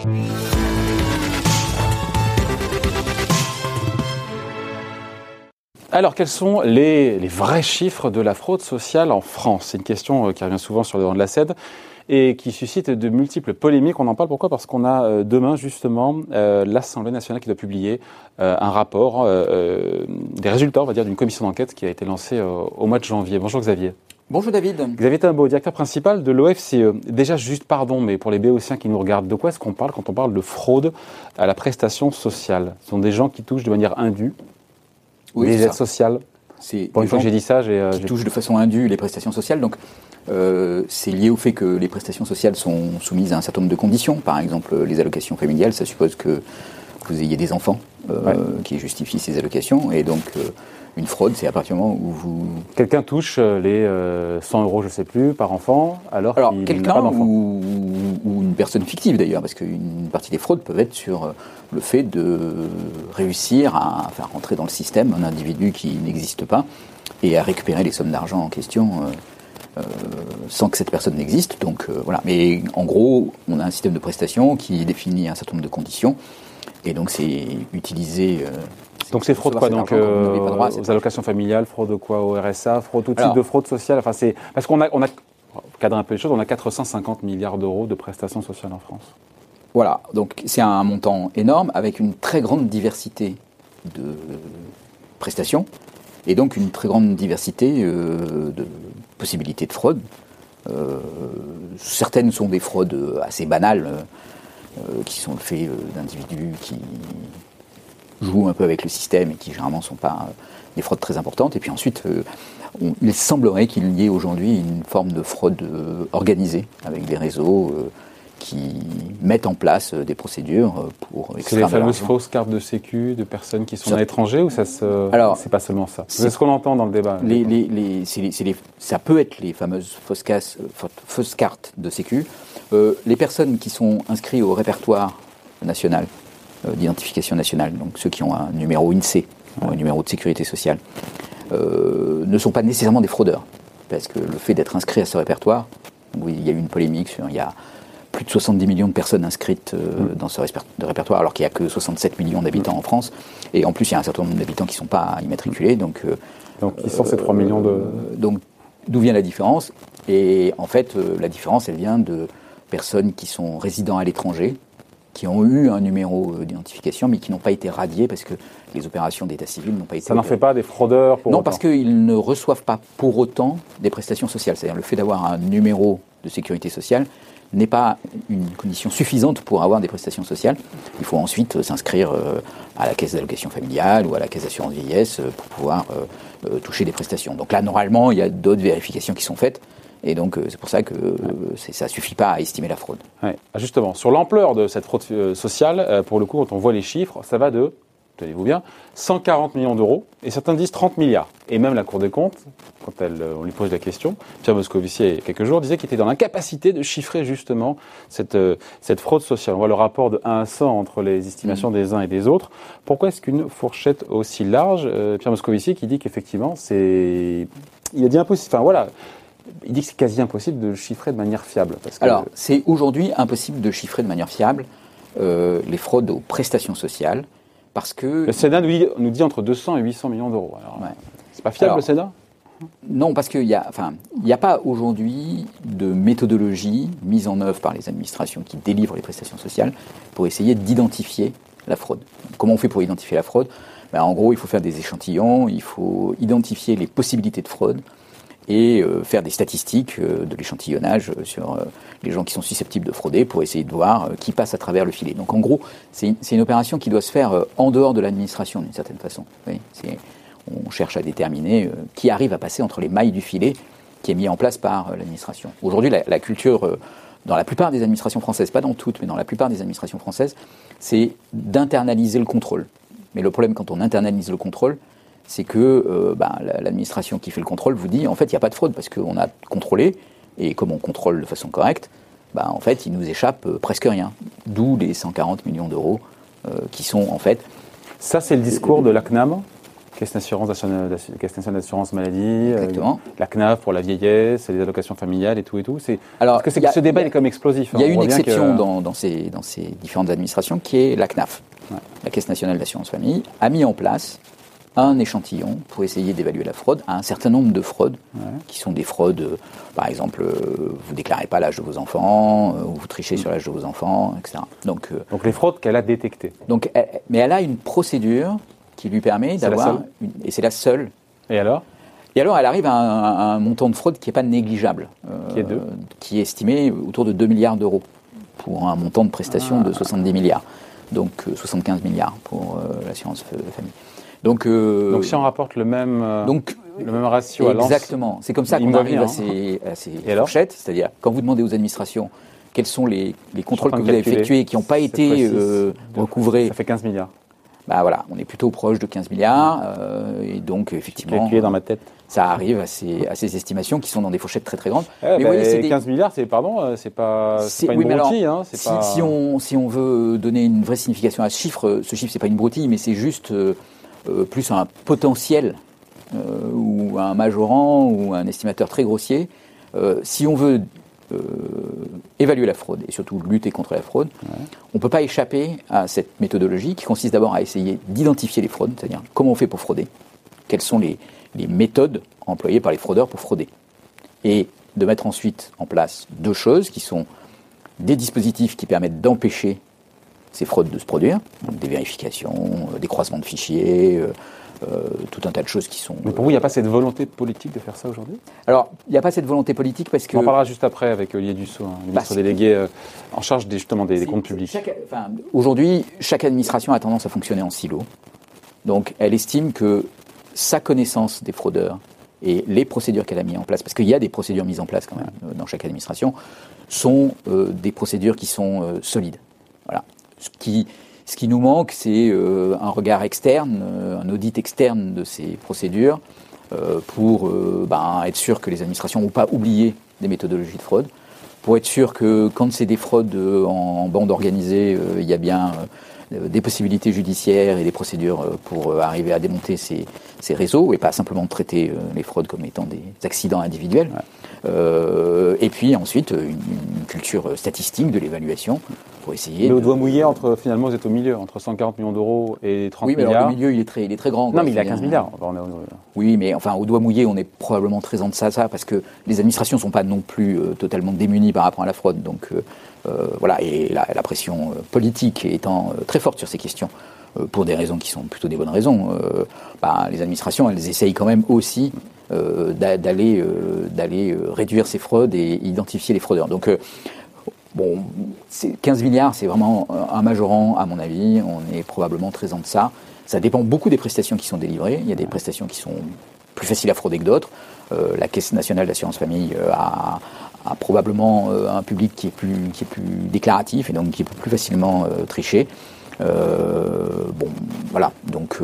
Alors, quels sont les vrais chiffres de la fraude sociale en France ? C'est une question qui revient souvent sur le devant de la scène et qui suscite de multiples polémiques. On en parle pourquoi ? Parce qu'on a demain, justement, l'Assemblée nationale qui doit publier un rapport, des résultats, on va dire, d'une commission d'enquête qui a été lancée au mois de janvier. Bonjour Xavier. Bonjour David. Xavier Timbaud, directeur principal de l'OFCE. Déjà, juste pardon, mais pour les Béotiens qui nous regardent, de quoi est-ce qu'on parle quand on parle de fraude à la prestation sociale ? Ce sont des gens qui touchent de manière indue les aides sociales. Pour une fois que j'ai dit ça, qui touchent de façon indue les prestations sociales. Donc, c'est lié au fait que les prestations sociales sont soumises à un certain nombre de conditions. Par exemple, les allocations familiales, ça suppose que vous ayez des enfants qui justifient ces allocations. Et donc, une fraude, c'est à partir du moment où vous... Quelqu'un touche les 100 €, je ne sais plus, par enfant, alors qu'il n'a pas d'enfant. Ou une personne fictive d'ailleurs, parce qu'une partie des fraudes peuvent être sur le fait de réussir à faire rentrer dans le système un individu qui n'existe pas et à récupérer les sommes d'argent en question sans que cette personne n'existe. Donc voilà. Mais en gros, on a un système de prestations qui définit un certain nombre de conditions et donc c'est utilisé... Donc c'est fraude quoi ? Donc aux allocations familiales, fraude quoi ? Au RSA, fraude, tout type de fraude sociale. Enfin c'est parce qu'on a cadre un peu les choses, on a 450 milliards d'euros de prestations sociales en France. Voilà, donc c'est un montant énorme avec une très grande diversité de prestations et donc une très grande diversité de possibilités de fraude. Certaines sont des fraudes assez banales qui sont le fait d'individus qui jouent un peu avec le système et qui généralement ne sont pas des fraudes très importantes. Et puis ensuite, il semblerait qu'il y ait aujourd'hui une forme de fraude organisée avec des réseaux qui mettent en place des procédures pour extraire de l'argent. C'est les fameuses fausses cartes de sécu de personnes qui sont à l'étranger ou Alors, c'est pas seulement ça ? C'est ce qu'on entend dans le débat. Ça peut être les fameuses fausses cartes de sécu. Les personnes qui sont inscrites au répertoire national d'identification nationale, donc ceux qui ont un numéro INSEE, un numéro de sécurité sociale, ne sont pas nécessairement des fraudeurs. Parce que le fait d'être inscrit à ce répertoire, où il y a eu une polémique il y a plus de 70 millions de personnes inscrites dans ce répertoire, alors qu'il n'y a que 67 millions d'habitants en France. Et en plus, il y a un certain nombre d'habitants qui ne sont pas immatriculés. Donc qui sont ces 3 millions de... Donc, d'où vient la différence ? Et en fait, la différence, elle vient de personnes qui sont résidents à l'étranger, qui ont eu un numéro d'identification, mais qui n'ont pas été radiés parce que les opérations d'état civil n'ont pas été... Ça n'en fait pas des fraudeurs pour autant ? Non, parce qu'ils ne reçoivent pas pour autant des prestations sociales. C'est-à-dire le fait d'avoir un numéro de sécurité sociale n'est pas une condition suffisante pour avoir des prestations sociales. Il faut ensuite s'inscrire à la caisse d'allocation familiale ou à la caisse d'assurance vieillesse pour pouvoir toucher des prestations. Donc là, normalement, il y a d'autres vérifications qui sont faites. Et donc, c'est pour ça que ça ne suffit pas à estimer la fraude. Ouais. Justement, sur l'ampleur de cette fraude sociale, pour le coup, quand on voit les chiffres, ça va de, tenez-vous bien, 140 millions d'euros, et certains disent 30 milliards. Et même la Cour des comptes, quand on lui pose la question, Pierre Moscovici, il y a quelques jours, disait qu'il était dans l'incapacité de chiffrer justement cette fraude sociale. On voit le rapport de 1 à 100 entre les estimations des uns et des autres. Pourquoi est-ce qu'une fourchette aussi large, Pierre Moscovici, qui dit qu'effectivement, il a dit impossible, enfin voilà... Il dit que c'est quasi impossible de chiffrer de manière fiable. Alors, c'est aujourd'hui impossible de chiffrer de manière fiable les fraudes aux prestations sociales, parce que... Le Sénat nous dit entre 200 et 800 millions d'euros. Alors, c'est pas fiable, le Sénat ? Non, parce qu'il n'y a pas aujourd'hui de méthodologie mise en œuvre par les administrations qui délivrent les prestations sociales pour essayer d'identifier la fraude. Comment on fait pour identifier la fraude ? En gros, il faut faire des échantillons, il faut identifier les possibilités de fraude, et faire des statistiques de l'échantillonnage sur les gens qui sont susceptibles de frauder pour essayer de voir qui passe à travers le filet. Donc en gros, c'est une opération qui doit se faire en dehors de l'administration d'une certaine façon. Oui, on cherche à déterminer qui arrive à passer entre les mailles du filet qui est mis en place par l'administration. Aujourd'hui, la culture, dans la plupart des administrations françaises, pas dans toutes, mais dans la plupart des administrations françaises, c'est d'internaliser le contrôle. Mais le problème quand on internalise le contrôle, c'est que l'administration qui fait le contrôle vous dit en fait il n'y a pas de fraude parce qu'on a contrôlé et comme on contrôle de façon correcte, en fait il nous échappe presque rien. D'où les 140 millions d'euros qui sont en fait... Ça c'est le discours de la CNAM, Caisse nationale d'assurance maladie, Exactement. la CNAF pour la vieillesse, les allocations familiales et tout et tout. Alors, parce que ce débat il est comme explosif. Il y a une exception dans ces différentes administrations qui est la CNAF. Ouais. La Caisse nationale d'assurance famille a mis en place un échantillon pour essayer d'évaluer la fraude à un certain nombre de fraudes, qui sont des fraudes, par exemple, vous ne déclarez pas l'âge de vos enfants, ou vous trichez sur l'âge de vos enfants, etc. Donc les fraudes qu'elle a détectées. Mais elle a une procédure qui lui permet d'avoir... Et c'est la seule. Et alors, elle arrive à un montant de fraude qui n'est pas négligeable, qui est estimé autour de 2 milliards d'euros pour un montant de prestation de 70 milliards. Donc 75 milliards pour l'assurance famille. Donc si on rapporte le même ratio à l'ANS... Exactement. C'est comme ça qu'on arrive à ces fourchettes. C'est-à-dire, quand vous demandez aux administrations quels sont les contrôles que vous avez effectués et qui n'ont pas été recouvrés... Ça fait 15 milliards. Bah voilà, on est plutôt proche de 15 milliards. Et donc, effectivement... Calculé dans ma tête. Ça arrive à ces estimations qui sont dans des fourchettes très très grandes. Mais vous voyez, 15 milliards, c'est pas une broutille. Si on veut donner une vraie signification à ce chiffre, c'est pas une broutille, mais c'est juste plus un potentiel ou un majorant ou un estimateur très grossier. Si on veut évaluer la fraude et surtout lutter contre la fraude, on ne peut pas échapper à cette méthodologie qui consiste d'abord à essayer d'identifier les fraudes, c'est-à-dire comment on fait pour frauder, quelles sont les méthodes employées par les fraudeurs pour frauder. Et de mettre ensuite en place deux choses qui sont des dispositifs qui permettent d'empêcher ces fraudes de se produire, donc des vérifications, des croisements de fichiers, tout un tas de choses qui sont... Mais pour vous, il n'y a pas cette volonté politique de faire ça aujourd'hui ? Alors, il n'y a pas cette volonté politique parce que... On en parlera juste après avec Olivier Dussopt, ministre délégué en charge des comptes publics. Aujourd'hui, chaque administration a tendance à fonctionner en silo. Donc, elle estime que sa connaissance des fraudeurs et les procédures qu'elle a mises en place, parce qu'il y a des procédures mises en place quand même dans chaque administration, sont des procédures qui sont solides. Voilà. Ce qui nous manque, c'est un regard externe, un audit externe de ces procédures pour être sûr que les administrations n'ont pas oublié des méthodologies de fraude, pour être sûr que quand c'est des fraudes en bande organisée, il y a bien des possibilités judiciaires et des procédures pour arriver à démonter ces réseaux et pas simplement traiter les fraudes comme étant des accidents individuels. Et puis ensuite, une culture statistique de l'évaluation pour essayer... Mais au doigt mouillé, finalement, vous êtes au milieu, entre 140 millions d'euros et 30 milliards. Oui, mais alors, le milieu, il est très grand. Non, mais il a 15 milliards. Oui, mais enfin, au doigt mouillé, on est probablement très en deçà de ça, parce que les administrations ne sont pas non plus totalement démunies par rapport à la fraude. Donc, voilà, et la pression politique étant très forte sur ces questions, pour des raisons qui sont plutôt des bonnes raisons, les administrations, elles essayent quand même aussi d'aller réduire ces fraudes et identifier les fraudeurs. Donc, 15 milliards, c'est vraiment un majorant, à mon avis. On est probablement très en deçà. Ça dépend beaucoup des prestations qui sont délivrées. Il y a des prestations qui sont plus faciles à frauder que d'autres. La Caisse nationale d'assurance famille a probablement un public qui est plus déclaratif et donc qui peut plus facilement tricher. Voilà. Donc,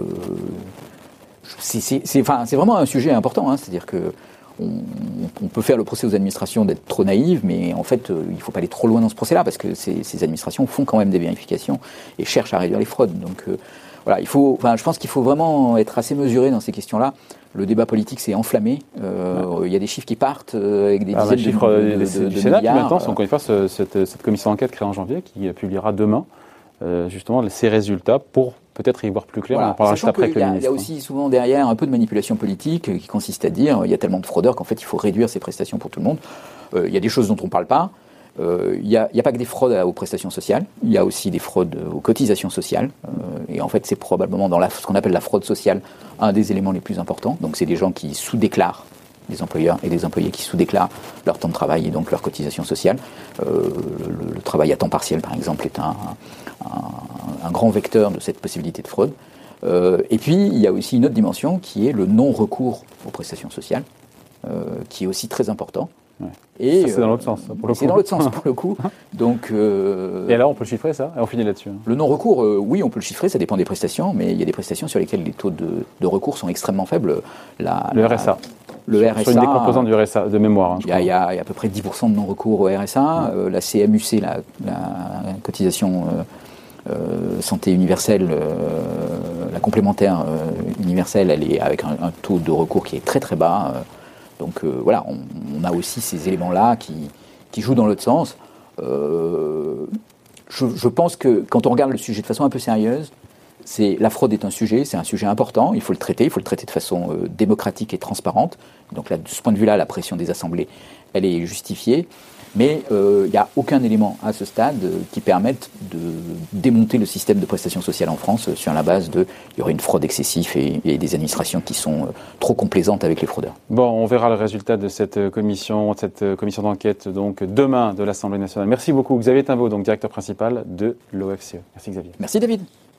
c'est vraiment un sujet important. C'est-à-dire que on peut faire le procès aux administrations d'être trop naïves, mais en fait, il ne faut pas aller trop loin dans ce procès-là, parce que ces administrations font quand même des vérifications et cherchent à réduire les fraudes. Donc voilà, je pense qu'il faut vraiment être assez mesuré dans ces questions-là. Le débat politique s'est enflammé. Il y a des chiffres qui partent avec des dizaines de milliards. Du Sénat, maintenant, c'est encore une fois cette commission d'enquête créée en janvier qui publiera demain justement ces résultats pour peut-être y voir plus clair. Voilà. On en parlera juste après avec le ministre. Il y a aussi souvent derrière un peu de manipulation politique qui consiste à dire il y a tellement de fraudeurs qu'en fait il faut réduire ces prestations pour tout le monde. Il y a des choses dont on ne parle pas. Il n'y a pas que des fraudes aux prestations sociales, il y a aussi des fraudes aux cotisations sociales. Et en fait c'est probablement dans ce qu'on appelle la fraude sociale un des éléments les plus importants. Donc c'est des gens qui sous-déclarent, des employeurs et des employés qui sous-déclarent leur temps de travail et donc leur cotisation sociale. Le travail à temps partiel par exemple est un grand vecteur de cette possibilité de fraude. Et puis, il y a aussi une autre dimension qui est le non-recours aux prestations sociales, qui est aussi très important. Ouais. Et ça, c'est dans l'autre sens, pour le coup. C'est dans l'autre sens, pour le coup. Donc, et alors, on peut le chiffrer, ça ? Et on finit là-dessus. Le non-recours, oui, on peut le chiffrer, ça dépend des prestations, mais il y a des prestations sur lesquelles les taux de recours sont extrêmement faibles. Le RSA. Le RSA, sur une des composantes du RSA, de mémoire. Il y a à peu près 10% de non-recours au RSA. La CMUC, la cotisation santé universelle, la complémentaire universelle, elle est avec un taux de recours qui est très très bas. Donc voilà, on a aussi ces éléments-là qui jouent dans l'autre sens. Je pense que quand on regarde le sujet de façon un peu sérieuse, la fraude est un sujet important, il faut le traiter de façon démocratique et transparente. Donc là, de ce point de vue-là, la pression des assemblées, elle est justifiée. Mais il n'y a aucun élément à ce stade qui permette de démonter le système de prestations sociales en France sur la base il y aurait une fraude excessive et des administrations qui sont trop complaisantes avec les fraudeurs. Bon, on verra le résultat de cette commission d'enquête donc demain de l'Assemblée nationale. Merci beaucoup Xavier Timbaud, donc directeur principal de l'OFCE. Merci Xavier. Merci David.